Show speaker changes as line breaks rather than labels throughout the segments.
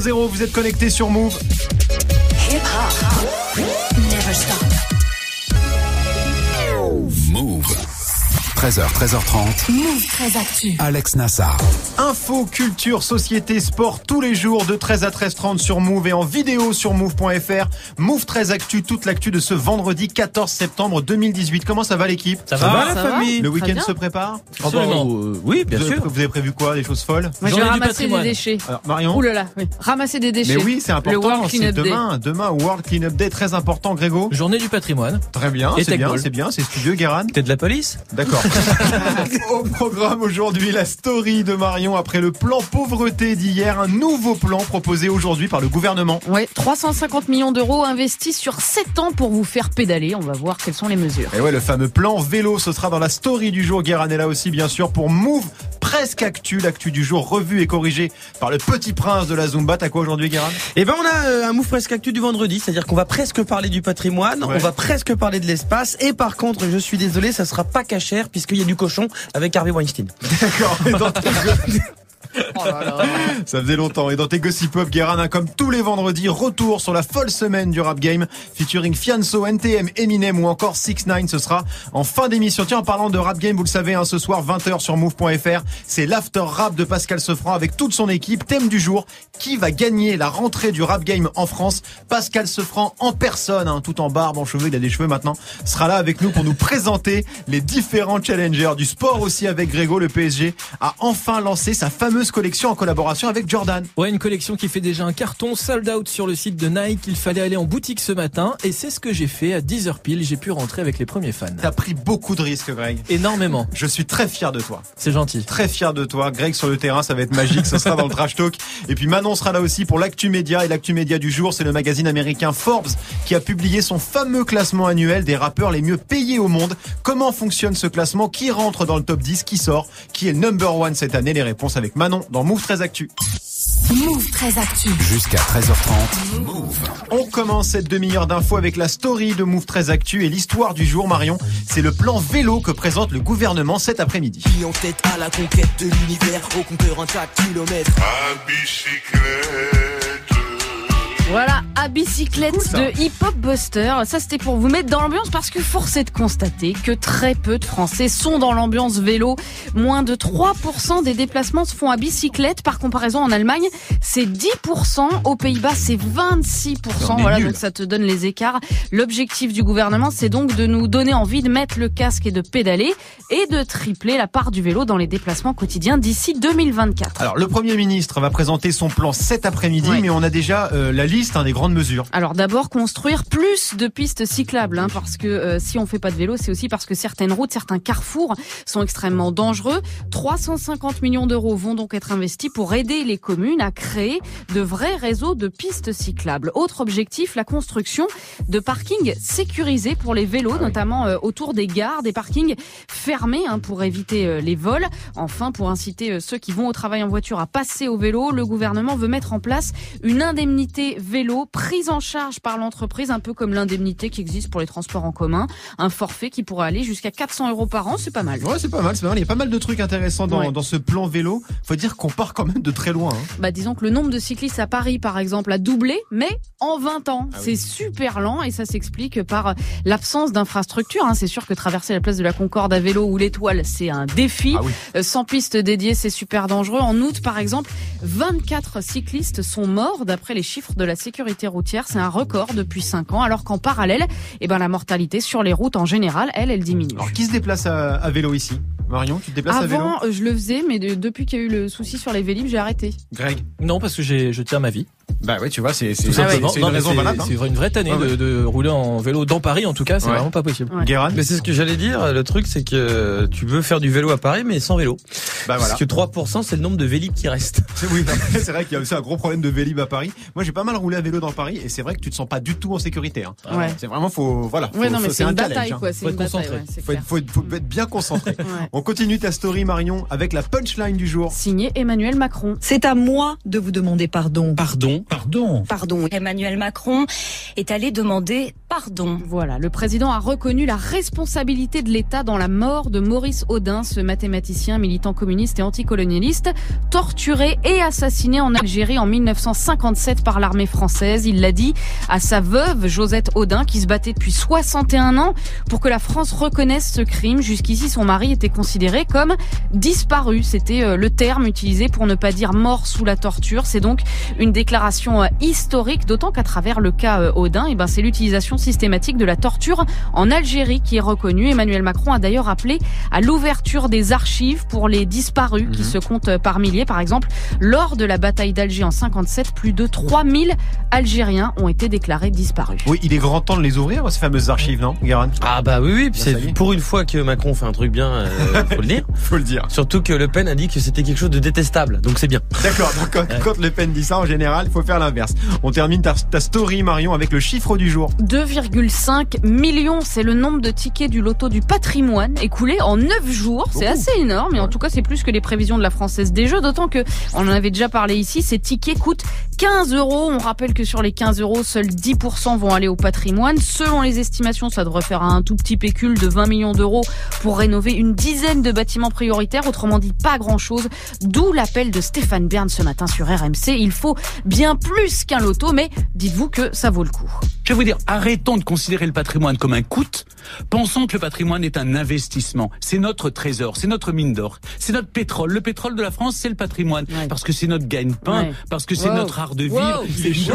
8h00, vous êtes connectés sur Move.
Hip hop, never stop.
Move. 13h, 13h30.
Move 13 Actu.
Alex Nassar.
Info, culture, société, sport, tous les jours de 13 à 13h30 sur Move et en vidéo sur Move.fr. Move 13 Actu, toute l'actu de ce vendredi 14 septembre 2018. Comment ça va l'équipe?
Ça va la famille?
Le week-end se prépare?
Absolument. Oui, bien sûr.
Vous avez prévu quoi? Des choses folles?
Moi, j'ai ramassé des déchets.
Alors, Marion?
Ouh là là, oui. Ramasser des déchets.
Mais oui, c'est important.
Le World
C'est
Clean-up Day.
demain, World Clean-up Day, très important, Grégo.
Journée du patrimoine.
Très bien,
Et
c'est bien,
Tech
c'est studieux, Guéran.
T'es de la police?
D'accord. Au programme aujourd'hui, la story de Marion après le plan pauvreté d'hier, un nouveau plan proposé aujourd'hui par le gouvernement.
Ouais, 350 millions d'euros investis sur 7 ans pour vous faire pédaler. On va voir quelles sont les mesures.
Et ouais, le fameux plan vélo, ce sera dans la story du jour. Guéran est là aussi, bien sûr, pour Move Presque Actu, l'actu du jour revue et corrigée par le petit prince de la Zumba. T'as quoi aujourd'hui, Guéran?
Eh ben, on a un Move Presque Actu du vendredi, c'est-à-dire qu'on va presque parler du patrimoine,
Ouais.
on va presque parler de l'espace, et par contre, je suis désolé, ça sera pas cachère puisqu'il y a du cochon avec Harvey Weinstein.
D'accord. Et dans tes
Oh là là.
Ça faisait longtemps. Et dans tes Gossip Pop, Guérin, comme tous les vendredis, retour sur la folle semaine du rap game, featuring Fianso, NTM, Eminem ou encore 6ix9ine. Ce sera en fin d'émission. Tiens, en parlant de rap game, vous le savez, ce soir, 20h sur Move.fr, c'est l'after rap de Pascal Sefranc avec toute son équipe. Thème du jour, qui va gagner la rentrée du rap game en France? Pascal Sefranc en personne, tout en barbe, en cheveux, il a des cheveux maintenant, sera là avec nous pour nous présenter les différents challengers du sport aussi avec Grégo. Le PSG a enfin lancé sa fameuse collection en collaboration avec Jordan.
Ouais, une collection qui fait déjà un carton sold out sur le site de Nike. Il fallait aller en boutique ce matin et c'est ce que j'ai fait à 10h pile. J'ai pu rentrer avec les premiers fans.
T'as pris beaucoup de risques, Greg.
Énormément.
Je suis très fier de toi.
C'est gentil.
Très fier de toi. Greg sur le terrain, ça va être magique. Ce sera dans le Trash Talk. Et puis Manon sera là aussi pour l'actu média. Et l'actu média du jour, c'est le magazine américain Forbes qui a publié son fameux classement annuel des rappeurs les mieux payés au monde. Comment fonctionne ce classement? Qui rentre dans le top 10? Qui sort? Qui est le number one cette année? Les réponses avec Manon dans Move 13 Actu.
Move 13 Actu.
Jusqu'à 13h30. Move.
On commence cette demi-heure d'infos avec la story de Move 13 Actu et l'histoire du jour, Marion. C'est le plan vélo que présente le gouvernement cet après-midi.
Qui en tête à la conquête de l'univers, au compteur un tas de kilomètres.
À bicyclette.
Voilà, à bicyclette
Cool, ça.
de Hip Hop Buster. Ça, c'était pour vous mettre dans l'ambiance parce que force est de constater que très peu de Français sont dans l'ambiance vélo. Moins de 3% des déplacements se font à bicyclette. Par comparaison, en Allemagne, c'est 10%. Aux Pays-Bas, c'est 26%. Voilà, donc ça te donne les écarts. L'objectif du gouvernement, c'est donc de nous donner envie de mettre le casque et de pédaler et de tripler la part du vélo dans les déplacements quotidiens d'ici 2024.
Alors, le Premier ministre va présenter son plan cet après-midi,
Ouais.
mais on a déjà la liste des grandes mesures.
Alors d'abord construire plus de pistes cyclables, parce que si on fait pas de vélo, c'est aussi parce que certaines routes, certains carrefours sont extrêmement dangereux. 350 millions d'euros vont donc être investis pour aider les communes à créer de vrais réseaux de pistes cyclables. Autre objectif, la construction de parkings sécurisés pour les vélos, notamment autour des gares, des parkings fermés pour éviter les vols. Enfin, pour inciter ceux qui vont au travail en voiture à passer au vélo, le gouvernement veut mettre en place une indemnité vélo prise en charge par l'entreprise, un peu comme l'indemnité qui existe pour les transports en commun. Un forfait qui pourrait aller jusqu'à 400 € par an, c'est pas mal.
Ouais, c'est pas mal. Il y a pas mal de trucs intéressants
Ouais.
dans ce plan vélo. Faut dire qu'on part quand même de très loin.
Disons que le nombre de cyclistes à Paris, par exemple, a doublé, mais en 20 ans.
Ah
C'est
oui.
super lent et ça s'explique par l'absence d'infrastructures. C'est sûr que traverser la place de la Concorde à vélo ou l'Étoile, c'est un défi.
Ah oui.
Sans piste dédiée, c'est super dangereux. En août, par exemple, 24 cyclistes sont morts d'après les chiffres de la sécurité routière. C'est un record depuis 5 ans, alors qu'en parallèle, la mortalité sur les routes en général, elle diminue.
Alors, qui se déplace à vélo ici? Marion, tu te déplaces à vélo?
Avant, je le faisais, mais depuis qu'il y a eu le souci sur les Vélib, j'ai arrêté.
Greg?
Non, parce que je tiens ma vie.
Bah ouais, tu vois, c'est
Tout simplement.
une raison valable.
C'est une vraie tannée de rouler en vélo dans Paris, en tout cas, c'est
Ouais.
vraiment pas possible.
Ouais.
Guéran?
Mais c'est ce que j'allais dire, le truc c'est que tu veux faire du vélo à Paris mais sans vélo.
Bah voilà.
Parce que 3% c'est le nombre de vélib qui restent.
Oui, c'est vrai qu'il y a aussi un gros problème de vélib à Paris. Moi, j'ai pas mal roulé à vélo dans Paris et c'est vrai que tu te sens pas du tout en sécurité.
Ouais.
C'est vraiment faut
Mais c'est
un
une
challenge,
bataille, quoi. C'est
Faut
une
être
bataille,
concentré.
ouais, c'est
Faut
clair.
être bien concentré.
Ouais.
On continue ta story, Marion, avec la punchline du jour.
Signé Emmanuel Macron.
C'est à moi de vous demander pardon.
Pardon,
Pardon.
Emmanuel Macron est allé demander pardon.
Voilà, le président a reconnu la responsabilité de l'État dans la mort de Maurice Audin, ce mathématicien, militant communiste et anticolonialiste, torturé et assassiné en Algérie en 1957 par l'armée française. Il l'a dit à sa veuve, Josette Audin, qui se battait depuis 61 ans pour que la France reconnaisse ce crime. Jusqu'ici, son mari était considéré comme disparu. C'était le terme utilisé pour ne pas dire mort sous la torture. C'est donc une déclaration historique, d'autant qu'à travers le cas Audin, c'est l'utilisation systématique de la torture en Algérie qui est reconnue. Emmanuel Macron a d'ailleurs appelé à l'ouverture des archives pour les disparus qui se comptent par milliers. Par exemple, lors de la bataille d'Alger en 57, plus de 3000 Algériens ont été déclarés disparus.
Oui, il est grand temps de les ouvrir, ces fameuses archives, non, Guérin?
Ah bah oui, c'est pour une fois que Macron fait un truc bien, faut le dire.
Faut le dire.
Surtout que Le Pen a dit que c'était quelque chose de détestable, donc c'est bien.
D'accord, donc quand Le Pen dit ça, en général, il faut faire l'inverse. On termine ta story, Marion, avec le chiffre du jour.
2,5 millions, c'est le nombre de tickets du loto du patrimoine écoulés en 9 jours. C'est assez énorme, et en tout cas, c'est plus que les prévisions de la Française des Jeux, d'autant que, on en avait déjà parlé ici, ces tickets coûtent 15 €. On rappelle que sur les 15 €, seuls 10% vont aller au patrimoine. Selon les estimations, ça devrait faire un tout petit pécule de 20 millions d'euros pour rénover une dizaine de bâtiments prioritaires. Autrement dit, pas grand-chose. D'où l'appel de Stéphane Bern ce matin sur RMC. Il faut bien plus qu'un loto, mais dites-vous que ça vaut le coup.
Je vais vous dire, arrêtons de considérer le patrimoine comme un coût. Pensons que le patrimoine est un investissement. C'est notre trésor, c'est notre mine d'or, c'est notre pétrole. Le pétrole de la France, c'est le patrimoine. Ouais. Parce que c'est notre gagne-pain, parce que c'est notre art de vivre. C'est chaud.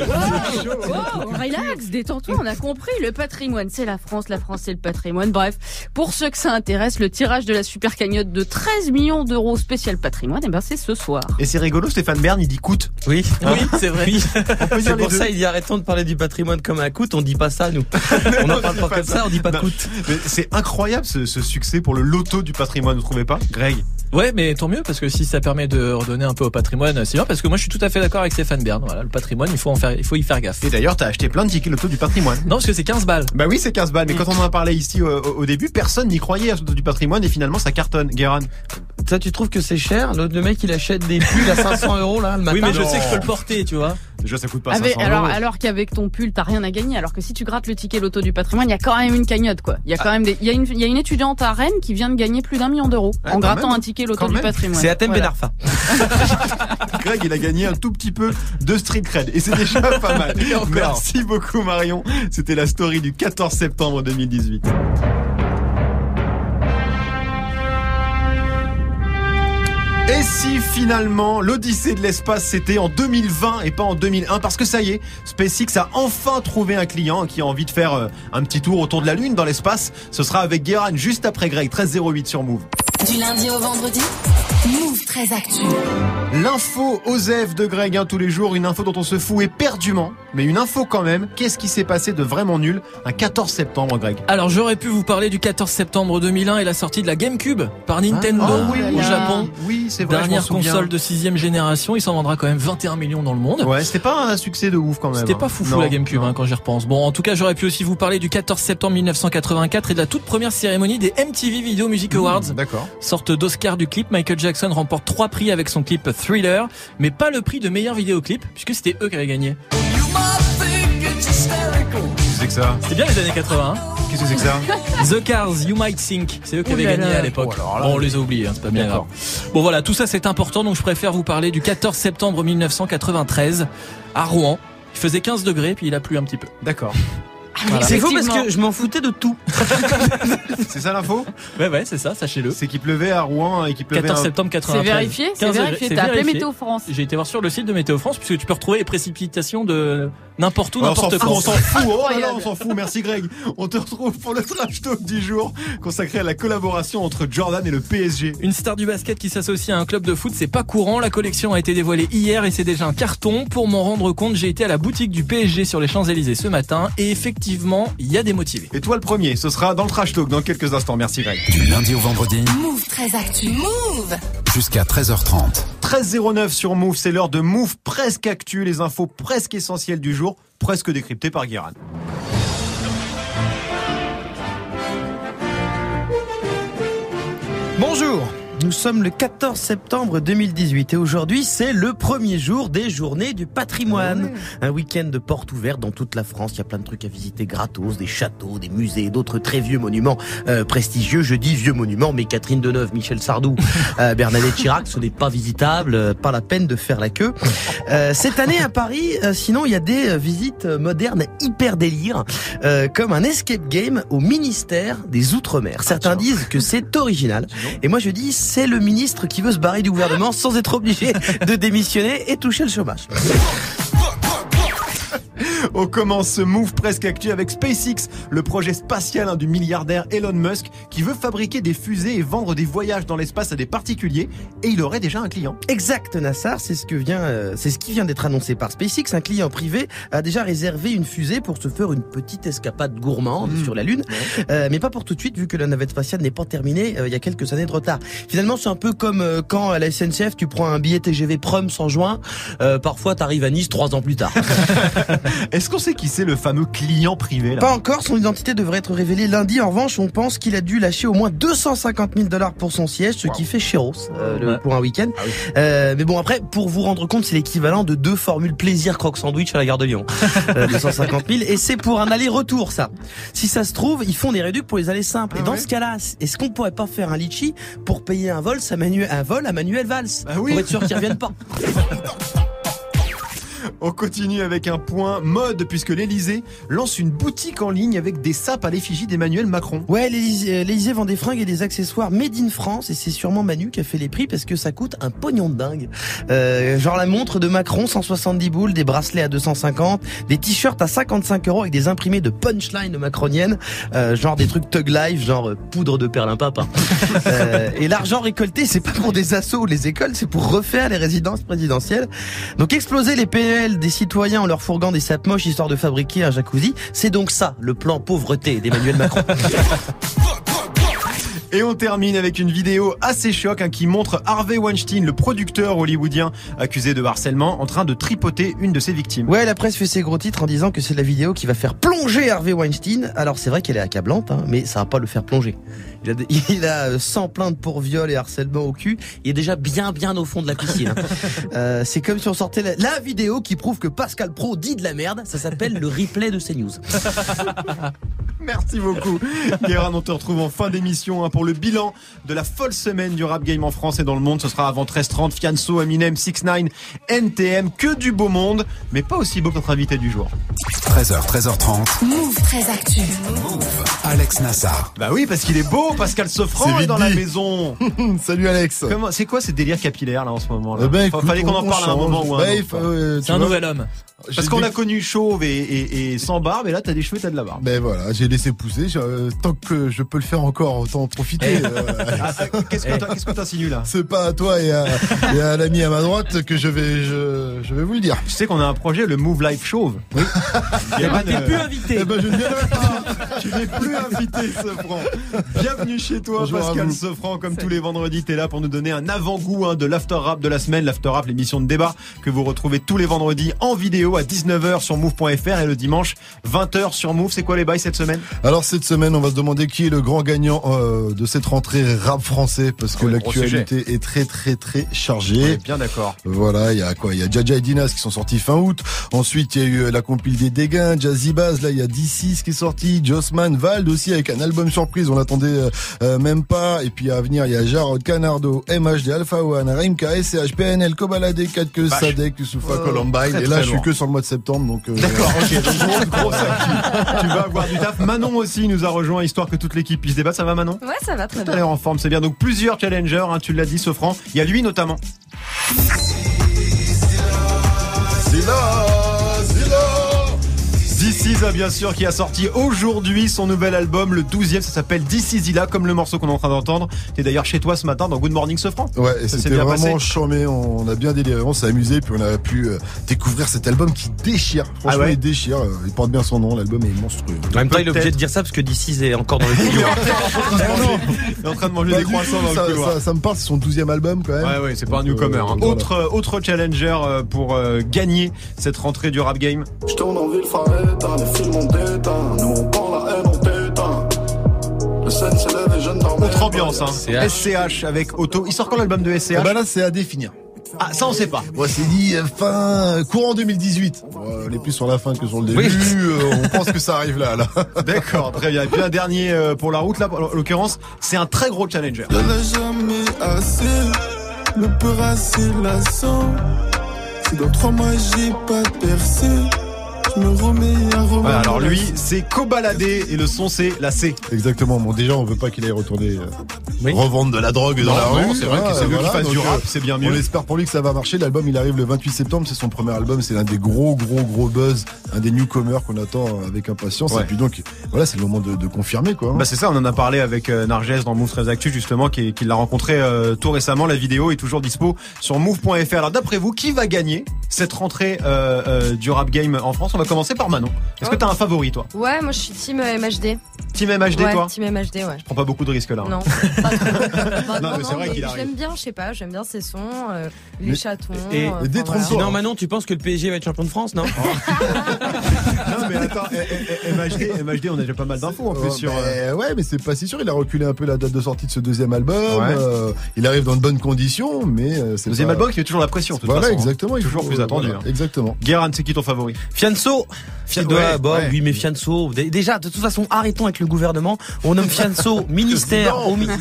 Relax, détends-toi, on a compris. Le patrimoine, c'est la France c'est le patrimoine. Bref, pour ceux que ça intéresse, le tirage de la super cagnotte de 13 millions d'euros spécial patrimoine, c'est ce soir.
Et c'est rigolo, Stéphane Bern, il dit coûte.
Oui,
c'est vrai.
Oui. C'est pour ça, il dit arrêtons de parler du patrimoine comme un coût, on dit pas ça, nous. On n'en parle pas comme ça, on dit pas coût.
Mais c'est incroyable ce succès pour le loto du patrimoine, vous trouvez pas, Greg?
Ouais, mais tant mieux, parce que si ça permet de redonner un peu au patrimoine, c'est bien, parce que moi je suis tout à fait d'accord avec Stéphane Bern. Voilà, le patrimoine, il faut y faire gaffe.
Et d'ailleurs, t'as acheté plein de tickets loto du patrimoine.
Non, parce que c'est 15 balles.
Bah oui, c'est 15 balles, mais quand on en a parlé ici au début, personne n'y croyait à ce loto du patrimoine, et finalement ça cartonne, Guérin.
Ça, tu trouves que c'est cher? Le mec, il achète des pulls à 500 € là, le matin.
Oui, mais je sais que je peux le porter, tu vois.
Déjà, ça coûte pas 500 €.
Alors qu'avec ton pull, t'as rien à gagner. Alors que si tu grattes le ticket loto du patrimoine, il y a quand même une cagnotte, quoi. Il y a quand même il y a une étudiante à Rennes qui vient de gagner plus d'1 million d'euros en grattant un ticket loto du patrimoine.
C'est Athènes Benarfa.
Greg, il a gagné un tout petit peu de street cred. Et c'est déjà pas mal. Merci beaucoup, Marion. C'était la story du 14 septembre 2018. Et si finalement l'Odyssée de l'espace c'était en 2020 et pas en 2001, parce que ça y est, SpaceX a enfin trouvé un client qui a envie de faire un petit tour autour de la Lune dans l'espace. Ce sera avec Guérin juste après Greg, 13h08 sur Move.
Du lundi au vendredi, Move 13 Actu.
L'info OSEF de Greg, tous les jours, une info dont on se fout éperdument, mais une info quand même. Qu'est-ce qui s'est passé de vraiment nul un 14 septembre, Greg?
Alors j'aurais pu vous parler du 14 septembre 2001 et la sortie de la GameCube par Nintendo au Japon.
Oui, c'est vrai.
Dernière console de 6ème génération, il s'en vendra quand même 21 millions dans le monde.
Ouais, c'était pas un succès de ouf quand même.
C'était pas foufou la GameCube quand j'y repense. Bon, en tout cas, j'aurais pu aussi vous parler du 14 septembre 1984 et de la toute première cérémonie des MTV Video Music Awards.
D'accord.
Sorte d'Oscar du clip, Michael Jackson remporte 3 prix avec son clip Thriller, mais pas le prix de meilleur vidéoclip puisque c'était eux qui avaient gagné.
C'est que ça.
C'était bien les années 80.
Qu'est-ce que c'est que ça?
The Cars, You Might Think. C'est eux qui avaient gagné à l'époque. Bon, on les a oubliés, c'est pas bien grave. Bon voilà, tout ça c'est important, donc je préfère vous parler du 14 septembre 1993 à Rouen. Il faisait 15 degrés, puis il a plu un petit peu.
D'accord.
Voilà. C'est faux parce que je m'en foutais de tout.
C'est ça l'info?
Ouais, c'est ça, sachez-le.
C'est qu'il pleuvait à Rouen et qu'il pleuvait
14 septembre 93.
C'est vérifié, t'as appelé Météo France.
J'ai été voir sur le site de Météo France puisque tu peux retrouver les précipitations de n'importe où, n'importe quand.
On s'en fout, on s'en fout. Merci Greg. On te retrouve pour le trash talk du jour consacré à la collaboration entre Jordan et le PSG.
Une star du basket qui s'associe à un club de foot, c'est pas courant. La collection a été dévoilée hier et c'est déjà un carton. Pour m'en rendre compte, j'ai été à la boutique du PSG sur les Champs-Élysées ce matin et effectivement, il y a des motivés.
Et toi le premier, ce sera dans le trash talk dans quelques instants. Merci Greg.
Du lundi au vendredi.
Move 13 Actu. Move.
Jusqu'à 13h30.
13h09 sur Move, c'est l'heure de Move presque actu, les infos presque essentielles du jour, presque décryptées par Guérin.
Bonjour. Nous sommes le 14 septembre 2018 et aujourd'hui c'est le premier jour des journées du patrimoine. Un week-end de portes ouvertes dans toute la France. Il y a plein de trucs à visiter gratos, des châteaux, des musées, d'autres très vieux monuments prestigieux. Je dis vieux monuments, mais Catherine Deneuve, Michel Sardou, Bernadette Chirac, ce n'est pas visitable, pas la peine de faire la queue. Cette année à Paris, sinon il y a des visites modernes hyper délire, comme un escape game au ministère des Outre-mer. Certains disent que c'est original. Et moi je dis c'est le ministre qui veut se barrer du gouvernement sans être obligé de démissionner et toucher le chômage.
On commence ce Move presque actu avec SpaceX, le projet spatial du milliardaire Elon Musk qui veut fabriquer des fusées et vendre des voyages dans l'espace à des particuliers, et il aurait déjà un client.
Exact, Nassar, c'est ce qui vient d'être annoncé par SpaceX. Un client privé a déjà réservé une fusée pour se faire une petite escapade gourmande sur la Lune, mais pas pour tout de suite vu que la navette spatiale n'est pas terminée. Il y a quelques années de retard. Finalement, c'est un peu comme quand à la SNCF tu prends un billet TGV Prums en juin, parfois t'arrives à Nice 3 ans plus tard.
Est-ce qu'on sait qui c'est le fameux client privé là ?
Pas encore, son identité devrait être révélée lundi. En revanche, on pense qu'il a dû lâcher au moins $250,000 pour son siège, ce qui fait chéros pour un week-end. Ah oui. Mais bon, après, pour vous rendre compte, c'est l'équivalent de 2 formules plaisir croque sandwich à la gare de Lyon. 250 000, et c'est pour un aller-retour ça. Si ça se trouve, ils font des réducs pour les allées simples. Et dans ce cas-là, est-ce qu'on pourrait pas faire un litchi pour payer un vol à Manuel Valls, pour être sûr qu'ils reviennent pas?
On continue avec un point mode puisque l'Elysée lance une boutique en ligne avec des sapes à l'effigie d'Emmanuel Macron.
Ouais, l'Elysée vend des fringues et des accessoires made in France et c'est sûrement Manu qui a fait les prix parce que ça coûte un pognon de dingue. Genre la montre de Macron 170 boules, des bracelets à 250, des t-shirts à 55 € avec des imprimés de punchline macronienne, genre des trucs Thug Life, genre poudre de perlimpap. Et l'argent récolté, c'est pas pour des assos ou les écoles, c'est pour refaire les résidences présidentielles. Donc exploser les PEL des citoyens en leur fourguant des sapes moches histoire de fabriquer un jacuzzi, c'est donc ça le plan pauvreté d'Emmanuel Macron.
Et on termine avec une vidéo assez choc qui montre Harvey Weinstein, le producteur hollywoodien accusé de harcèlement, en train de tripoter une de ses victimes.
Ouais, la presse fait ses gros titres en disant que c'est la vidéo qui va faire plonger Harvey Weinstein. Alors c'est vrai qu'elle est accablante, mais ça va pas le faire plonger. Il a 100 plaintes pour viol et harcèlement au cul. Il est déjà bien au fond de la piscine. C'est comme si on sortait la vidéo qui prouve que Pascal Praud dit de la merde. Ça s'appelle le replay de CNews.
Merci beaucoup. Guérin, on te retrouve en fin d'émission pour le bilan de la folle semaine du rap game en France et dans le monde. Ce sera avant 13h30. Fianso, Eminem, 6ix9ine, NTM, que du beau monde, mais pas aussi beau que notre invité du jour.
13h, 13h30.
Move très actu.
Move. Alex Nassar.
Bah oui, parce qu'il est beau. Pascal Sofran est dans la maison.
Salut Alex.
C'est quoi ces délires capillaires là en ce moment là?
Fallait
qu'on en parle à un moment ou un autre.
C'est un nouvel homme.
Parce qu'on l'a connu chauve et sans barbe, et là t'as des cheveux, t'as de la barbe.
Ben voilà, j'ai laissé pousser. Tant que je peux le faire encore, autant en profiter.
Qu'est-ce que t'insinues là?
C'est pas à toi et à l'ami à ma droite que je vais vous le dire.
Tu sais qu'on a un projet, le Move Life Chauve. Oui.
T'es plus invité.
Eh ben je viens
tu n'es plus invité, Sofran. Bienvenue chez toi. Bonjour Pascal Sofran. Comme tous les vendredis, t'es là pour nous donner un avant-goût de l'After Rap de la semaine. L'After Rap, l'émission de débat que vous retrouvez tous les vendredis en vidéo à 19h sur move.fr et le dimanche 20h sur Move. C'est quoi les bails cette semaine?
Alors cette semaine, on va se demander qui est le grand gagnant de cette rentrée rap français parce que l'actualité est très chargée.
Ouais, bien d'accord.
Voilà, il y a quoi? Il y a Jaja et Dinas qui sont sortis fin août. Ensuite, il y a eu la compile des Dégains, Jazzy Bass. Là, il y a D6 qui est sorti, Jossman, Vald aussi avec un album surprise. On l'attendait même pas. Et puis à venir, il y a Jarod, Canardo, MHD, Alpha One, Rimka, SCH, PNL, Kobalade, 4 Sadek, Youssoufa, Columbine. Et là, je suis que sur le mois de septembre, donc.
D'accord, ok. Donc grosse actu. Tu vas avoir du taf. Manon aussi nous a rejoint, histoire que toute l'équipe puisse débattre. Ça va, Manon?
Ouais, ça va très bien.
T'as l'air en forme, c'est bien. Donc plusieurs challengers, tu l'as dit, Sofran. Il y a lui notamment. D6 bien sûr qui a sorti aujourd'hui son nouvel album, le 12e, ça s'appelle This Is Illa, comme le morceau qu'on est en train d'entendre. T'es d'ailleurs chez toi ce matin dans Good Morning Sofran.
Ouais, et c'était vraiment charmé, on a bien déliré, on s'est amusé, puis on a pu découvrir cet album qui déchire. Franchement, il déchire, il porte bien son nom, l'album est monstrueux.
En même temps, il est obligé de dire ça parce que D6 est encore dans le studio.
Il est en train de manger des croissants dans le couloir.
Ça me parle, c'est son 12e album quand même.
Ouais, c'est pas un newcomer. Autre challenger pour gagner cette rentrée du rap game.
Je tourne en ville, les films on déteint. Nous on prend la haine, on t'éteint.
Autre ambiance, hein. SCH avec Auto. Il sort quand l'album de SCH?
Bah là, c'est à définir.
Ah, ça on sait pas.
Ouais, c'est dit courant 2018. On est plus sur la fin que sur le début. Oui. On pense que ça arrive là.
D'accord, très bien. Et puis un dernier pour la route là, en l'occurrence, c'est un très gros challenger.
Y'en a jamais assez. Le peur assez lassant. Si dans 3 mois j'ai pas percé, je me remets à remettre.
Ouais, alors lui, c'est Kobalade et le son c'est la C.
Exactement. Bon, déjà, on veut pas qu'il aille retourner revendre de la drogue dans la rue.
C'est vrai que c'est mieux qu'il fasse du rap, c'est bien mieux.
On espère pour lui que ça va marcher. L'album, il arrive le 28 septembre. C'est son premier album. C'est l'un des gros buzz, un des newcomers qu'on attend avec impatience.
Ouais.
Et puis donc, voilà, c'est le moment de confirmer, quoi.
Bah c'est ça, on en a parlé avec Narges dans Move 13 Actu justement, qui l'a rencontré tout récemment. La vidéo est toujours dispo sur move.fr. Alors d'après vous, qui va gagner cette rentrée du rap game en France? On va commencer par Manon. Est-ce que t'as un favori, toi?
Ouais, moi je suis team MHD.
Team MHD,
ouais,
toi?
Team MHD, ouais.
Je prends pas beaucoup de risques là.
Non. Pas trop.
Non, mais c'est vrai qu'il arrive.
J'aime bien, je sais pas, j'aime bien ses sons, les chatons.
Et
voilà.
Sinon, Manon, tu penses que le PSG va être champion de France, non?
Non, mais attends, MHD, on a déjà pas mal d'infos en plus sur.
Ouais, mais c'est pas si sûr. Il a reculé un peu la date de sortie de ce deuxième album. Ouais. Il arrive dans de bonnes conditions, mais c'est
deuxième album qui fait toujours la pression. De toute façon,
exactement.
Il toujours plus attendu.
Voilà, exactement.
Guérin, c'est qui ton favori?
Fianso. Oui, mais Fianso. Déjà, de toute façon, arrêtons avec le gouvernement. On nomme Fianso ministère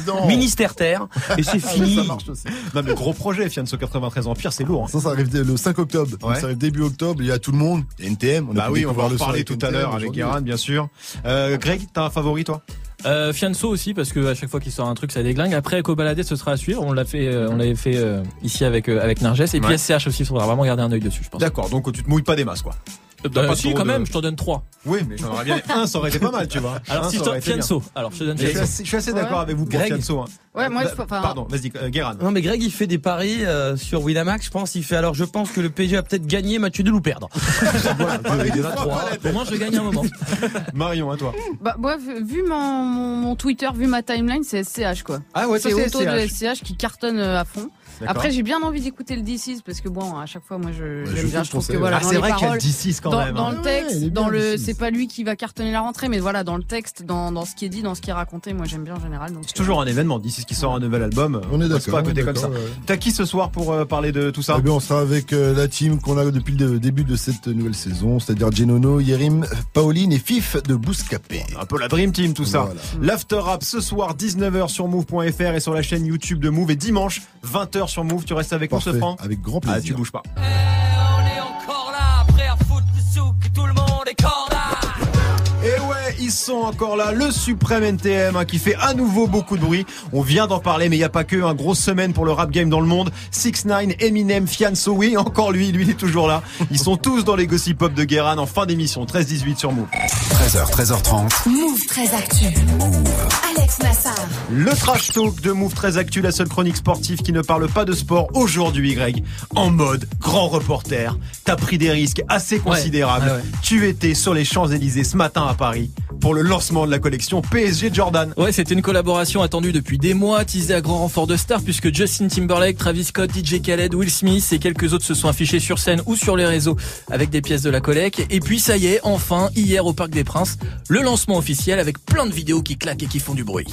terre et c'est fini.
Ça marche aussi.
Non, mais gros projet, Fianso 93 Empire, c'est lourd. Hein.
Ça arrive le 5 octobre. Ouais. Ça arrive début octobre. Il y a tout le monde. Il y a NTM.
On va en parler tout à l'heure avec Guérin, bien sûr. Greg, t'as un favori, toi?
Fianso aussi, parce que à chaque fois qu'il sort un truc ça déglingue. Après Kobalade, ce sera à suivre. On l'avait fait ici avec Narges. Et puis SCH aussi, il faudra vraiment garder un œil dessus, je pense.
D'accord, donc tu te mouilles pas des masses, quoi.
Si, quand même, je t'en donne 3.
Oui, mais j'en aurais bien un, ça aurait été pas mal, tu vois.
Alors si je donne Fianso, alors je te donne Fianso.
Je suis assez d'accord avec vous pour Fianso. Hein.
Ouais, moi,
pardon, vas-y, Guérin.
Non, mais Greg, il fait des paris sur Winamax, je pense. Je pense que le PSG va peut-être gagner, Mathieu Delou perdre.
Pour moi, je gagne un moment.
Marion, à toi.
Bah, moi, vu mon Twitter, vu ma timeline, c'est SCH, quoi.
Ah ouais,
c'est Auto de SCH qui cartonne à fond. D'accord. Après, j'ai bien envie d'écouter le D6 parce que bon, à chaque fois, moi, j'aime bien. Je trouve que voilà,
c'est vrai qu'il y a le D6 quand même.
Dans le texte, c'est pas lui qui va cartonner la rentrée, mais voilà, dans le texte, dans ce qui est dit, dans ce qui est raconté, moi, j'aime bien en général.
C'est toujours un événement. D6 qui sort un nouvel album.
On est d'accord.
C'est pas à côté comme ça. Ouais. T'as qui ce soir pour parler de tout ça?
Eh bien, on sera avec la team qu'on a depuis le début de cette nouvelle saison, c'est-à-dire Genono, Yerim, Pauline et Fif de Bouscapé.
Un peu la Dream Team, tout ça. Voilà. L'After Rap ce soir 19h sur Move.fr et sur la chaîne YouTube de Move, et dimanche 20h sur Move. Tu restes avec nous, ce franc?
Avec grand plaisir.
Ah, tu bouges pas.
On est encore là, prêt à foutre le souk, tout le monde est corda.
Et ouais, ils sont encore là, le suprême NTM qui fait à nouveau beaucoup de bruit. On vient d'en parler, mais il n'y a pas que, grosse semaine pour le rap game dans le monde. 6ix9ine, Eminem, Fianso, oui, encore lui il est toujours là. Ils sont tous dans les gossip pop de Guérin en fin d'émission, 13-18 sur Move.
13h, 13h30.
Move 13 Actu. Alex Nassar.
Le trash talk de Move 13 Actu, la seule chronique sportive qui ne parle pas de sport aujourd'hui, Greg. En mode grand reporter, t'as pris des risques assez considérables. Ouais. Tu étais sur les Champs-Élysées ce matin à Paris pour le lancement de la collection PSG Jordan.
Ouais, c'était une collaboration attendue depuis des mois, teasée à grand renfort de stars, puisque Justin Timberlake, Travis Scott, DJ Khaled, Will Smith et quelques autres se sont affichés sur scène ou sur les réseaux avec des pièces de la collecte. Et puis ça y est, enfin, hier au Parc des Princes, le lancement officiel avec plein de vidéos qui claquent et qui font du bruit.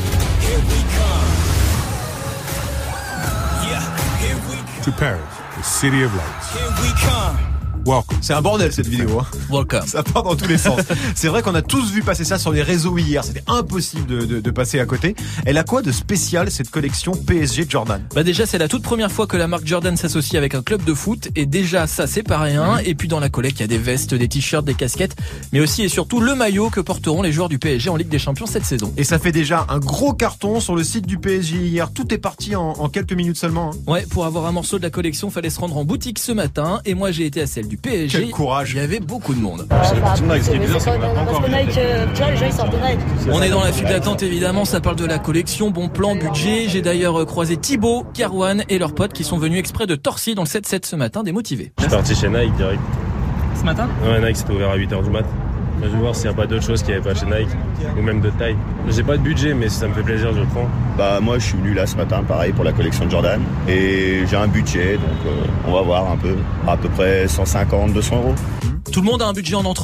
To Paris, the city of lights. Welcome.
C'est un bordel cette vidéo. Hein.
Welcome.
Ça part dans tous les sens. C'est vrai qu'on a tous vu passer ça sur les réseaux hier. C'était impossible de passer à côté. Elle a quoi de spécial cette collection PSG Jordan?
Bah déjà c'est la toute première fois que la marque Jordan s'associe avec un club de foot. Et déjà ça c'est pas rien. Et puis dans la collecte il y a des vestes, des t-shirts, des casquettes, mais aussi et surtout le maillot que porteront les joueurs du PSG en Ligue des Champions cette saison.
Et ça fait déjà un gros carton sur le site du PSG hier. Tout est parti en quelques minutes seulement. Hein.
Ouais, pour avoir un morceau de la collection fallait se rendre en boutique ce matin. Et moi j'ai été à celle du PSG.
Quel courage.
Il y avait beaucoup de monde.
C'est le parti de Nike. Ce qui est bizarre, c'est qu'on n'a pas encore vu.
Tu vois, les gens ils sortent de Nike.
On est dans la file d'attente évidemment, ça parle de la collection, bon plan, budget. J'ai d'ailleurs croisé Thibaut, Kerwan et leurs potes qui sont venus exprès de Torcy dans le 7-7 ce matin, démotivés.
Je suis parti chez Nike direct.
Ce matin?
Ouais, Nike c'était ouvert à 8h du mat. Je vais voir s'il n'y a pas d'autres choses qu'il n'y avait pas chez Nike, ou même de taille. J'ai pas de budget, mais si ça me fait plaisir, je le prends.
Bah moi je suis venu là ce matin, pareil, pour la collection Jordan. Et j'ai un budget, donc on va voir un peu. À peu près 150-200 euros.
Tout le monde a un budget en entrant?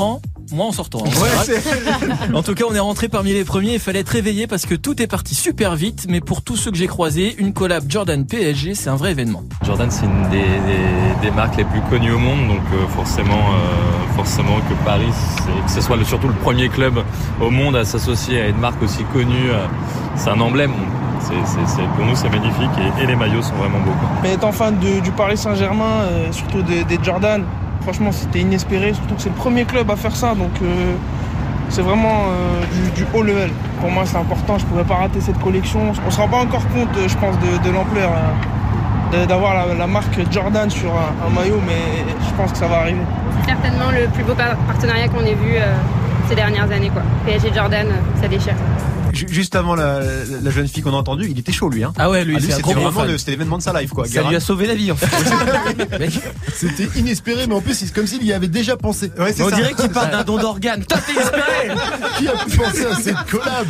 Moi en sortant. En tout cas, on est rentré parmi les premiers. Il fallait être réveillé parce que tout est parti super vite. Mais pour tous ceux que j'ai croisés, une collab Jordan PSG, c'est un vrai événement.
Jordan, c'est une des marques les plus connues au monde, donc forcément que Paris, que ce soit surtout le premier club au monde à s'associer à une marque aussi connue, c'est un emblème. Pour nous, c'est magnifique et les maillots sont vraiment beaux.
Mais étant fan du Paris Saint-Germain, surtout des Jordan, franchement, c'était inespéré. Surtout que c'est le premier club à faire ça, donc c'est vraiment du haut level. Pour moi, c'est important. Je ne pouvais pas rater cette collection. On ne se rend pas encore compte, je pense, de l'ampleur d'avoir la marque Jordan sur un maillot, mais je pense que ça va arriver.
C'est certainement le plus beau partenariat qu'on ait vu ces dernières années, quoi. PSG Jordan, ça déchire.
Juste avant la jeune fille qu'on a entendue, il était chaud lui. Hein.
Ah ouais, lui,
c'était vraiment c'était l'événement de sa life quoi.
Ça lui a sauvé la vie en fait.
C'était inespéré, mais en plus c'est comme s'il y avait déjà pensé.
Ouais, on dirait qu'il parle d'un don d'organes. Toi, t'es inespéré.
Qui a pu penser à cette collab?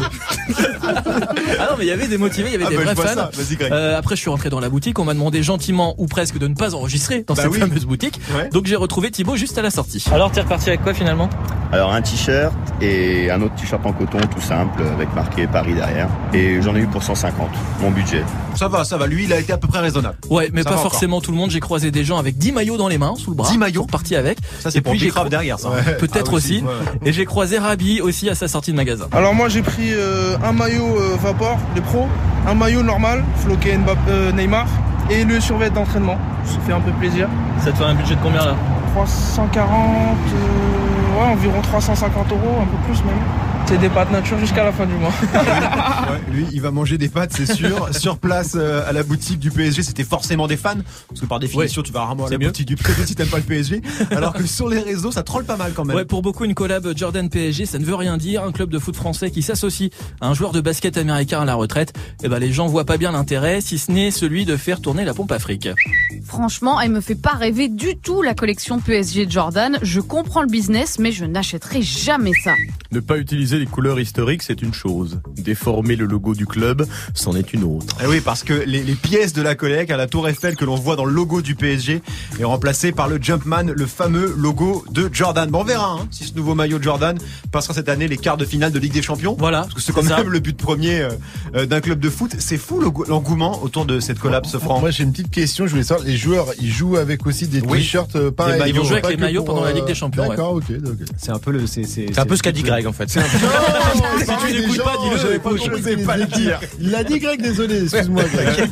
Ah non, mais il y avait des motivés, il y avait des vrais fans.
Vas-y, Greg.
Après, je suis rentré dans la boutique. On m'a demandé gentiment ou presque de ne pas enregistrer dans cette fameuse boutique. Ouais. Donc j'ai retrouvé Thibaut juste à la sortie.
Alors, t'es reparti avec quoi finalement?
Alors un t-shirt et un autre t-shirt en coton tout simple avec marqué Paris derrière. Et j'en ai eu pour 150, mon budget.
Ça va. Lui, il a été à peu près raisonnable.
Ouais, mais ça pas forcément tout le monde. J'ai croisé des gens avec 10 maillots dans les mains, sous le bras.
10 maillots
partis avec.
Ça, c'est pour Bicrave derrière, ça. Ouais.
Peut-être aussi. Ouais. Et j'ai croisé Rabi aussi à sa sortie de magasin.
Alors moi, j'ai pris un maillot Vapor, les pros, un maillot normal, floqué Neymar, et le survêt d'entraînement. Ça fait un peu plaisir.
Ça te fait un budget de combien là?
340, environ 350 €, un peu plus même. C'est des pâtes nature jusqu'à la fin du mois.
Lui, il va manger des pâtes, c'est sûr. Sur place, à la boutique du PSG, c'était forcément des fans. Parce que par définition, tu vas rarement à la boutique du PSG si t'aimes pas le PSG. Alors que sur les réseaux, ça troll pas mal quand même.
Ouais, pour beaucoup, une collab Jordan PSG, ça ne veut rien dire. Un club de foot français qui s'associe à un joueur de basket américain à la retraite. Eh ben, les gens voient pas bien l'intérêt, si ce n'est celui de faire tourner la pompe à fric.
Franchement, elle me fait pas rêver du tout la collection PSG Jordan. Je comprends le business, mais je n'achèterai jamais ça.
Ne pas utiliser les couleurs historiques, c'est une chose. Déformer le logo du club, c'en est une autre.
Et oui, parce que les pièces de la collecte à la Tour Eiffel que l'on voit dans le logo du PSG est remplacé par le Jumpman, le fameux logo de Jordan. Bon, on verra si ce nouveau maillot Jordan passera cette année les quarts de finale de Ligue des Champions.
Voilà.
Parce que c'est quand même le but premier d'un club de foot. C'est fou l'engouement autour de cette collab, ce franc.
Moi, j'ai une petite question. Je voulais savoir, les joueurs, ils jouent avec aussi des t-shirts pareils.
Ils vont jouer avec les maillots pendant la Ligue des Champions.
D'accord, ok.
C'est un peu
c'est un peu ce qu'a dit Greg en fait.
Si tu n'écoutes pas, dis-le. Je n'osais pas le dire.
Il a dit Greg, désolé, excuse-moi Greg.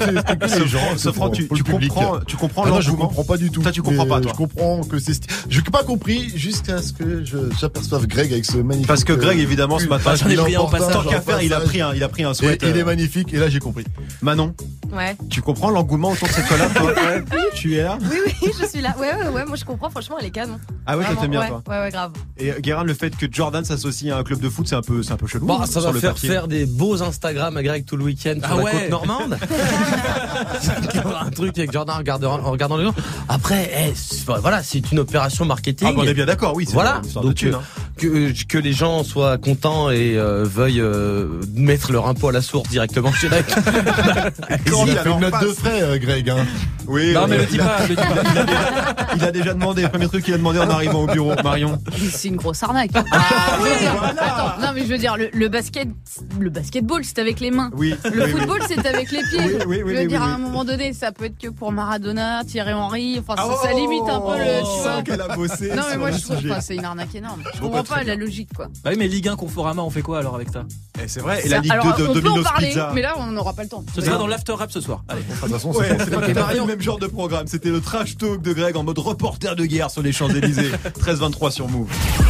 Tu comprends l'engouement.
Je comprends pas du tout.
Ça, tu comprends pas, toi.
Je comprends que c'est. Je n'ai pas compris jusqu'à ce que j'aperçoive Greg avec ce magnifique.
Parce que Greg, évidemment, ce matin,
j'en ai pris un au passage.
Tant qu'à faire, il a pris un sweat.
Il est magnifique. Et là, j'ai compris.
Manon.
Ouais.
Tu comprends l'engouement autour de cette collab, toi? Tu es là?
Oui, je suis là. Ouais, moi je comprends, franchement, elle est canon.
Ah ouais, ça t'aime bien, toi?
Ouais, grave.
Et Guérin, le fait que Jordan s'associe à un club de foot, c'est un peu chelou.
Bon, ça va faire des beaux Instagram à Greg tout le week-end sur la côte normande. Un truc avec Jordan en regardant les gens. Après, voilà, c'est une opération marketing.
Ah, on est bien d'accord, oui.
Voilà. Donc, que les gens soient contents et veuillent mettre leur impôt à la source directement chez Nike.
Il a fait une note de frais, Greg. Hein.
Oui.
Non, mais le dis pas.
Il a déjà demandé. Le premier truc qu'il a demandé en arrivant au bureau, Marion.
C'est une grosse arnaque. Attends, non, mais je veux dire, le basketball, c'est avec les mains.
Oui.
Le football, c'est avec les pieds.
Oui,
je veux dire, à un moment donné, ça peut être que pour Maradona, Thierry Henry. Enfin, ça limite un peu le.
Tu vois qu'elle a bossé.
Non, mais moi, je trouve que c'est une arnaque énorme. Je comprends pas la logique, quoi.
Bah oui, mais Ligue 1 Conforama, on fait quoi alors avec ça?
C'est vrai. Et la Ligue 2 de Domino's Pizza.
Mais là, on n'aura pas le temps.
Ce sera dans l'after rap ce soir. Allez.
De toute façon, c'était le même genre de programme. C'était le trash talk de Greg en mode reporter de guerre sur les Champs-Élysées. 13-23 sur Move.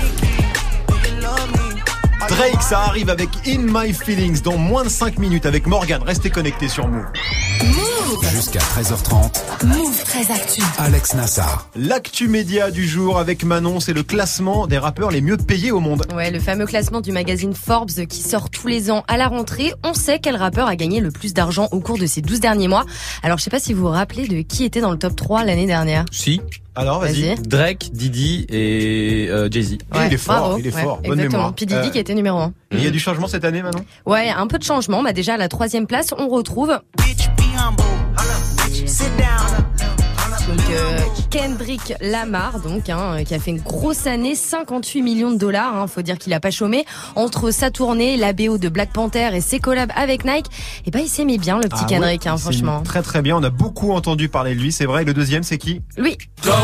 Drake, ça arrive avec In My Feelings dans moins de 5 minutes avec Morgane. Restez connectés sur Move.
Jusqu'à 13h30.
Move très actu.
Alex Nassar.
L'actu média du jour avec Manon, c'est le classement des rappeurs les mieux payés au monde.
Ouais, le fameux classement du magazine Forbes qui sort tous les ans à la rentrée. On sait quel rappeur a gagné le plus d'argent au cours de ces 12 derniers mois. Alors, je sais pas si vous vous rappelez de qui était dans le top 3 l'année dernière.
Si.
Alors, vas-y.
Drake, Diddy et Jay-Z.
Ouais,
il est fort,
bravo.
il est fort.
Ouais,
Bonne
exactement.
mémoire.
Puis Diddy qui était numéro 1.
Et il y a du changement cette année, Manon?
Ouais, un peu de changement. Déjà, à la 3e place, on retrouve Donc Kendrick Lamar, donc qui a fait une grosse année, 58 millions de dollars. Faut dire qu'il a pas chômé entre sa tournée, la BO de Black Panther et ses collabs avec Nike. Et il s'est mis bien le petit Kendrick, franchement.
Très très bien. On a beaucoup entendu parler de lui, c'est vrai. Et le deuxième, c'est qui?
Lui.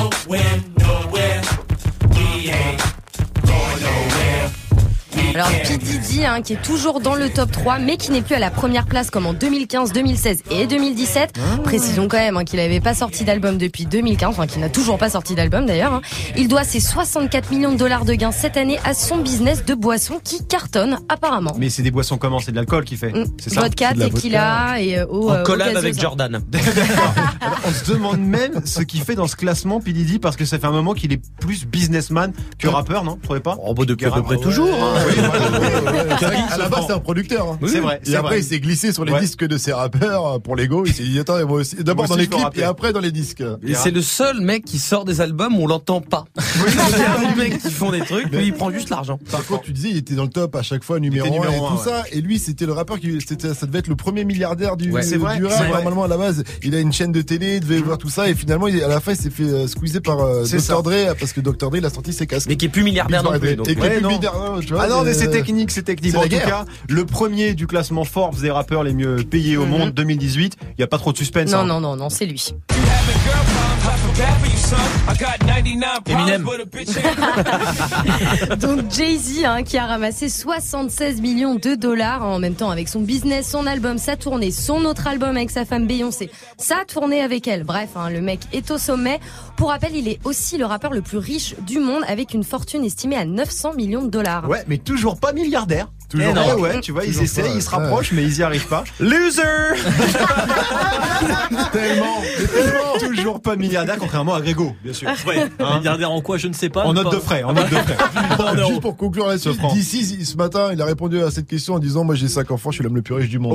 Alors P. Diddy, qui est toujours dans le top 3, mais qui n'est plus à la première place comme en 2015, 2016 et 2017. Précisons quand même qu'il n'avait pas sorti d'album depuis 2015, qu'il n'a toujours pas sorti d'album d'ailleurs. Il doit ses 64 millions de dollars de gains cette année à son business de boissons qui cartonne apparemment.
Mais c'est des boissons comment? C'est de l'alcool qu'il fait? C'est ça?
Vodka, tequila et
en collab avec Jordan.
Alors, on se demande même ce qu'il fait dans ce classement, P. Diddy, parce que ça fait un moment qu'il est plus businessman que rappeur, non? Vous trouvez pas?
Depuis à peu près toujours.
À la base, c'est un producteur.
C'est vrai.
Et après, il s'est glissé sur les disques de ses rappeurs pour l'ego. Il s'est dit, attends, moi aussi. D'abord dans les clips et après dans les disques.
Et c'est le seul mec qui sort des albums où on l'entend pas. Il y a des mecs qui font des trucs, lui il prend juste l'argent.
Par contre, tu disais, il était dans le top à chaque fois, numéro 1 et tout ça. Et lui, c'était le rappeur ça devait être le premier milliardaire du rap. Normalement, à la base, il a une chaîne de télé, il devait voir tout ça. Et finalement, à la fin, il s'est fait squeezer par Dr. Dre parce que Dr. Dre, il a sorti ses casques.
Mais qui est plus milliardaire non plus.
Et qui est plus milliardaire, tu vois.
Ah non, mais c'est technique. Bon, en tout cas, le premier du classement Forbes des rappeurs les mieux payés au monde 2018. Il y a pas trop de suspense.
Non, c'est lui.
Eminem.
Donc Jay-Z qui a ramassé 76 millions de dollars en même temps avec son business, son album, sa tournée, son autre album avec sa femme Beyoncé, sa tournée avec elle. Bref, le mec est au sommet. Pour rappel, il est aussi le rappeur le plus riche du monde avec une fortune estimée à 900 millions de dollars.
Ouais, mais toujours pas milliardaire.
Toujours
pas. Ouais, tu vois, ils essayent, ils se rapprochent, mais ils y arrivent pas.
Loser.
Tellement. Toujours pas milliardaire, contrairement à Grégo, bien sûr.
Ouais. Milliardaire en quoi, je ne sais pas.
En note de frais.
Juste pour conclure là-dessus, d'ici ce matin, il a répondu à cette question en disant, moi j'ai 5 enfants, je suis l'homme le plus riche du monde.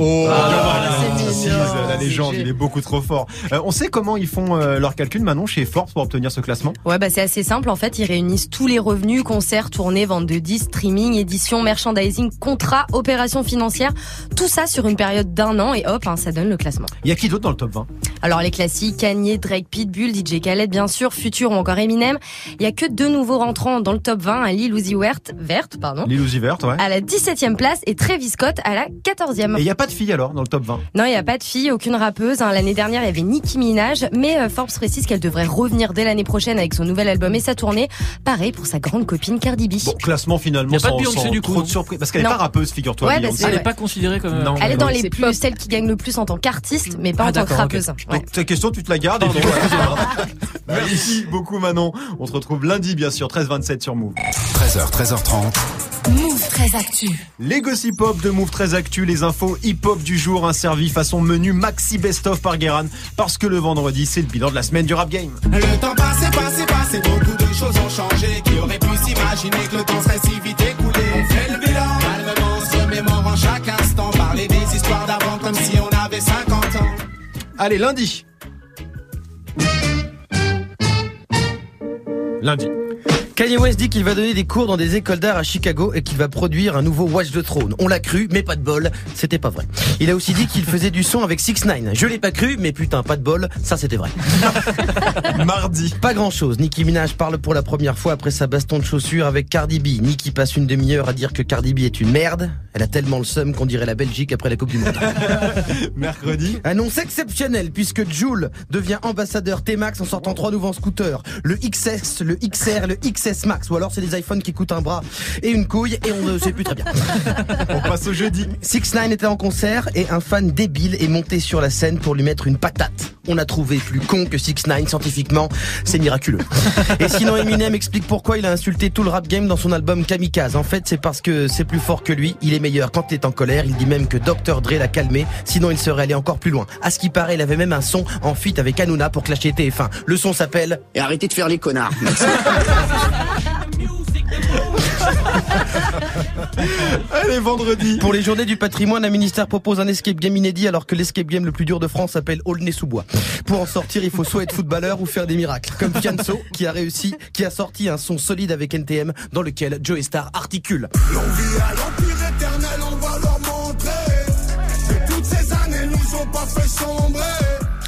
La légende, il est beaucoup trop fort. On sait comment ils font leurs calculs, Manon, chez Forbes pour obtenir ce classement?
Ouais, c'est assez simple. En fait, ils réunissent tous les revenus, concerts, tournées, vente de disques, streaming, édition, merchandising, contrats, opérations financières. Tout ça sur une période d'1 an et hop, ça donne le classement.
Il y a qui d'autre dans le top 20?
Alors les classiques, Kanye, Drake, Pitbull, DJ Khaled, bien sûr, Future ou encore Eminem. Il y a que 2 nouveaux rentrants dans le top 20, Lil Uzi Vert,
Lil Uzi Vert, ouais.
À la 17e place et Travis Scott à la 14e.
Et il y a pas de filles alors dans le top 20?
Non, il y a pas de filles, aucune rappeuse. L'année dernière, il y avait Nicki Minaj, mais Forbes précise qu'elle devrait revenir dès l'année prochaine avec son nouvel album et sa tournée. Pareil pour sa grande copine Cardi B.
Bon, classement finalement sans trop de surprise parce qu'elle est pas rappeuse, figure-toi.
Ouais,
elle est pas considérée comme
elle est dans les plus celles qui gagnent le plus en tant qu'artiste, mais pas en tant que rappeuse.
Okay. Donc ta question, tu te la gardes. Merci beaucoup Manon. On se retrouve lundi bien sûr 13h27 sur Move.
13h, 13h30.
Move 13 Actu.
Les gossip hop de Move 13 Actu, les infos hip-hop du jour, servi façon menu maxi best-of par Guéran, parce que le vendredi, c'est le bilan de la semaine du rap game.
Le temps passé, beaucoup de choses ont changé. Qui aurait pu s'imaginer que le temps serait si vite écoulé? On fait le bilan, calmement, se remémorant chaque instant, parler des histoires d'avant comme si on avait 50 ans.
Allez, lundi.
Kanye West dit qu'il va donner des cours dans des écoles d'art à Chicago et qu'il va produire un nouveau Watch the Throne. On l'a cru, mais pas de bol, c'était pas vrai. Il a aussi dit qu'il faisait du son avec 6ix9ine. Je l'ai pas cru, mais putain, pas de bol, ça c'était vrai.
Mardi.
Pas grand chose. Nicki Minaj parle pour la première fois après sa baston de chaussures avec Cardi B. Nicki passe une demi-heure à dire que Cardi B est une merde. Elle a tellement le seum qu'on dirait la Belgique après la Coupe du Monde.
Mercredi.
Annonce exceptionnelle puisque Jul devient ambassadeur T-Max en sortant 3 nouveaux scooters. Le XS, le XR, le XS Max. Ou alors c'est des iPhones qui coûtent un bras et une couille et on ne sait plus très bien.
On passe au jeudi.
6ix9ine était en concert et un fan débile est monté sur la scène pour lui mettre une patate. On a trouvé plus con que 6ix9ine scientifiquement. C'est miraculeux. Et sinon Eminem explique pourquoi il a insulté tout le rap game dans son album Kamikaze. En fait c'est parce que c'est plus fort que lui. Il est meilleur quand il est en colère. Il dit même que Dr. Dre l'a calmé. Sinon il serait allé encore plus loin. À ce qui paraît il avait même un son en feat avec Hanouna pour clasher TF1. Le son s'appelle
Et arrêtez de faire les connards.
Allez, vendredi.
Pour les journées du patrimoine, un ministère propose un escape game inédit alors que l'escape game le plus dur de France s'appelle Aulnay-sous-Bois. Pour en sortir, il faut soit être footballeur ou faire des miracles. Comme Fianso, qui a sorti un son solide avec NTM dans lequel Joey Star articule.
L'envie à l'empire éternel, on va leur montrer que toutes ces années nous ont pas fait sombrer.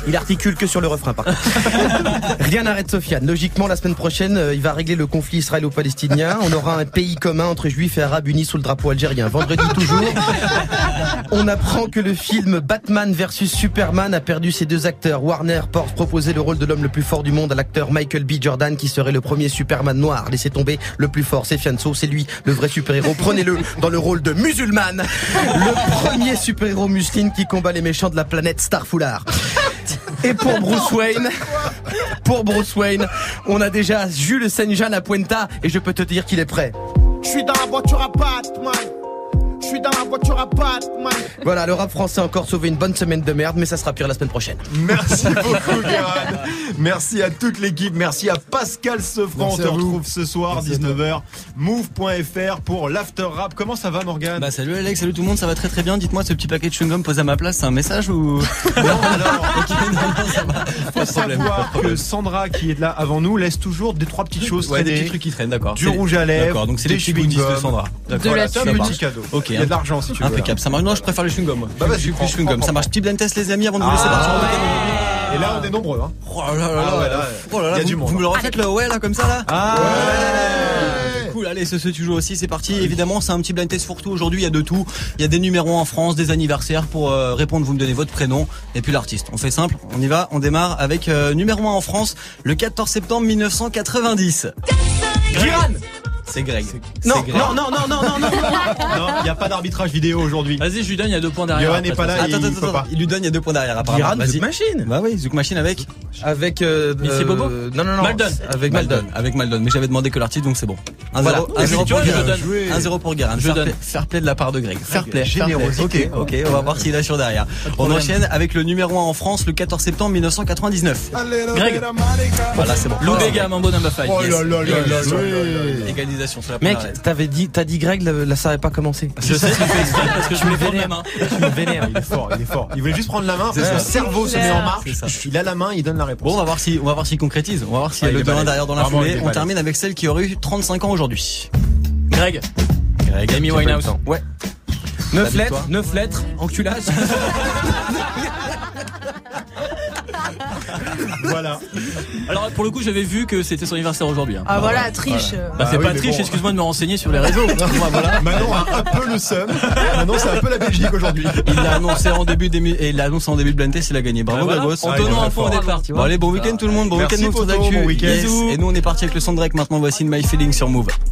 Il articule que sur le refrain, par contre. Rien n'arrête Sofiane. Logiquement, la semaine prochaine, il va régler le conflit israélo-palestinien. On aura un pays commun entre juifs et arabes unis sous le drapeau algérien. Vendredi toujours, on apprend que le film Batman vs Superman a perdu ses 2 acteurs. Warner proposait le rôle de l'homme le plus fort du monde à l'acteur Michael B. Jordan, qui serait le premier Superman noir. Laissez tomber, le plus fort, c'est Fianso, c'est lui, le vrai super-héros. Prenez-le dans le rôle de Musulman, le premier super-héros musulman qui combat les méchants de la planète Starfoulard. Et pour Bruce Wayne, on a déjà Jules Saint-Jean à Puenta et je peux te dire qu'il est prêt.
Je suis dans la voiture à Batman. Je suis dans la voiture à Batman.
Voilà, le rap français a encore sauvé une bonne semaine de merde, mais ça sera pire la semaine prochaine.
Merci beaucoup, Guérin. Merci à toute l'équipe. Merci à Pascal Sefranc. On te retrouve ce soir, 19h. Move.fr pour l'After Rap. Comment ça va, Morgane?
Bah, salut Alex, salut tout le monde, ça va très très bien. Dites-moi, ce petit paquet de chewing-gum posé à ma place, c'est un message ou?
Non, alors, ça va. Faut savoir que Sandra, qui est là avant nous, laisse toujours 2-3 petites choses traîner.
Des petits trucs qui traînent, d'accord.
Du rouge à lèvres.
D'accord, donc c'est les petits goodies de Sandra.
D'accord,
de la
c'est un petit cadeau.
Ok.
Il y a de l'argent si tu veux.
Impeccable, ça marche. Non, je préfère le chewing-gum.
Bah, vas-y,
plus chewing-gum. Ça marche. Petit blind test, les amis, avant de vous laisser partir.
Et là, on est nombreux, hein.
Oh là là,
il y a du monde.
Vous me le refaites le ouais, là, comme ça, là?
Ah
ouais. Cool, allez, ce tu joues aussi, c'est parti. Évidemment, c'est un petit blind test fourre-tout. Aujourd'hui, il y a de tout. Il y a des numéros en France, des anniversaires. Pour répondre, vous me donnez votre prénom et puis l'artiste. On fait simple, on y va, on démarre avec numéro 1 en France, le 14 septembre 1990.
Guérin.
C'est Greg.
Non,
Greg.
non.
Non, il n'y a pas d'arbitrage vidéo aujourd'hui.
Vas-y, je lui donne, il y a 2 points derrière.
Johan n'est pas là.
Attends. Il lui donne, il y a 2 points derrière, apparemment.
Guérin, Zouk Machine.
Bah oui, Zouk Machine avec
Missy Bobo.
Non.
Maldon.
Avec Maldon. Mais j'avais demandé que l'artiste, donc c'est bon. 1-0 pour Guérin. Fair play de la part de Greg. Fair play.
Générosité.
Ok, on va voir s'il assure derrière. On enchaîne avec le numéro 1 en France, le 14 septembre 1999.
Greg.
Voilà, c'est bon.
Lou Bega, Mambo Number 5.
Oh là là.
Égalisation sur la
Mec,
première.
t'as dit Greg, là ça n'avait pas commencé.
Je sais, tu fais exprès parce que je voulais prendre la main.
Tu me vénères, il est fort. Il voulait juste prendre la main parce que le cerveau se met en marche. Il a la main, il donne la réponse.
Bon, on va voir s'il concrétise. On va voir s'il y a le 2-1 derrière dans la foulée. On termine avec celle qui aurait eu 35 ans aujourd'hui.
Greg. Amy Winehouse.
Ouais.
9 lettres, enculage.
Voilà.
Alors pour le coup j'avais vu que c'était son anniversaire aujourd'hui.
Ah voilà, triche.
Bah c'est pas triche, excuse-moi de me renseigner sur les réseaux.
Voilà. Manon a un peu le seum. Manon c'est un peu la Belgique aujourd'hui.
Il l'a annoncé en début de blind test, il a gagné. Bravo Gagos.
En donnant un point au départ, tu vois.
Bon allez, bon week-end tout le monde, bon week-end
Merci,
Move
Poto,
d'actu.
bon week-end.
Yes. Et nous on est parti avec le son de Drake maintenant, voici My Feeling sur Move.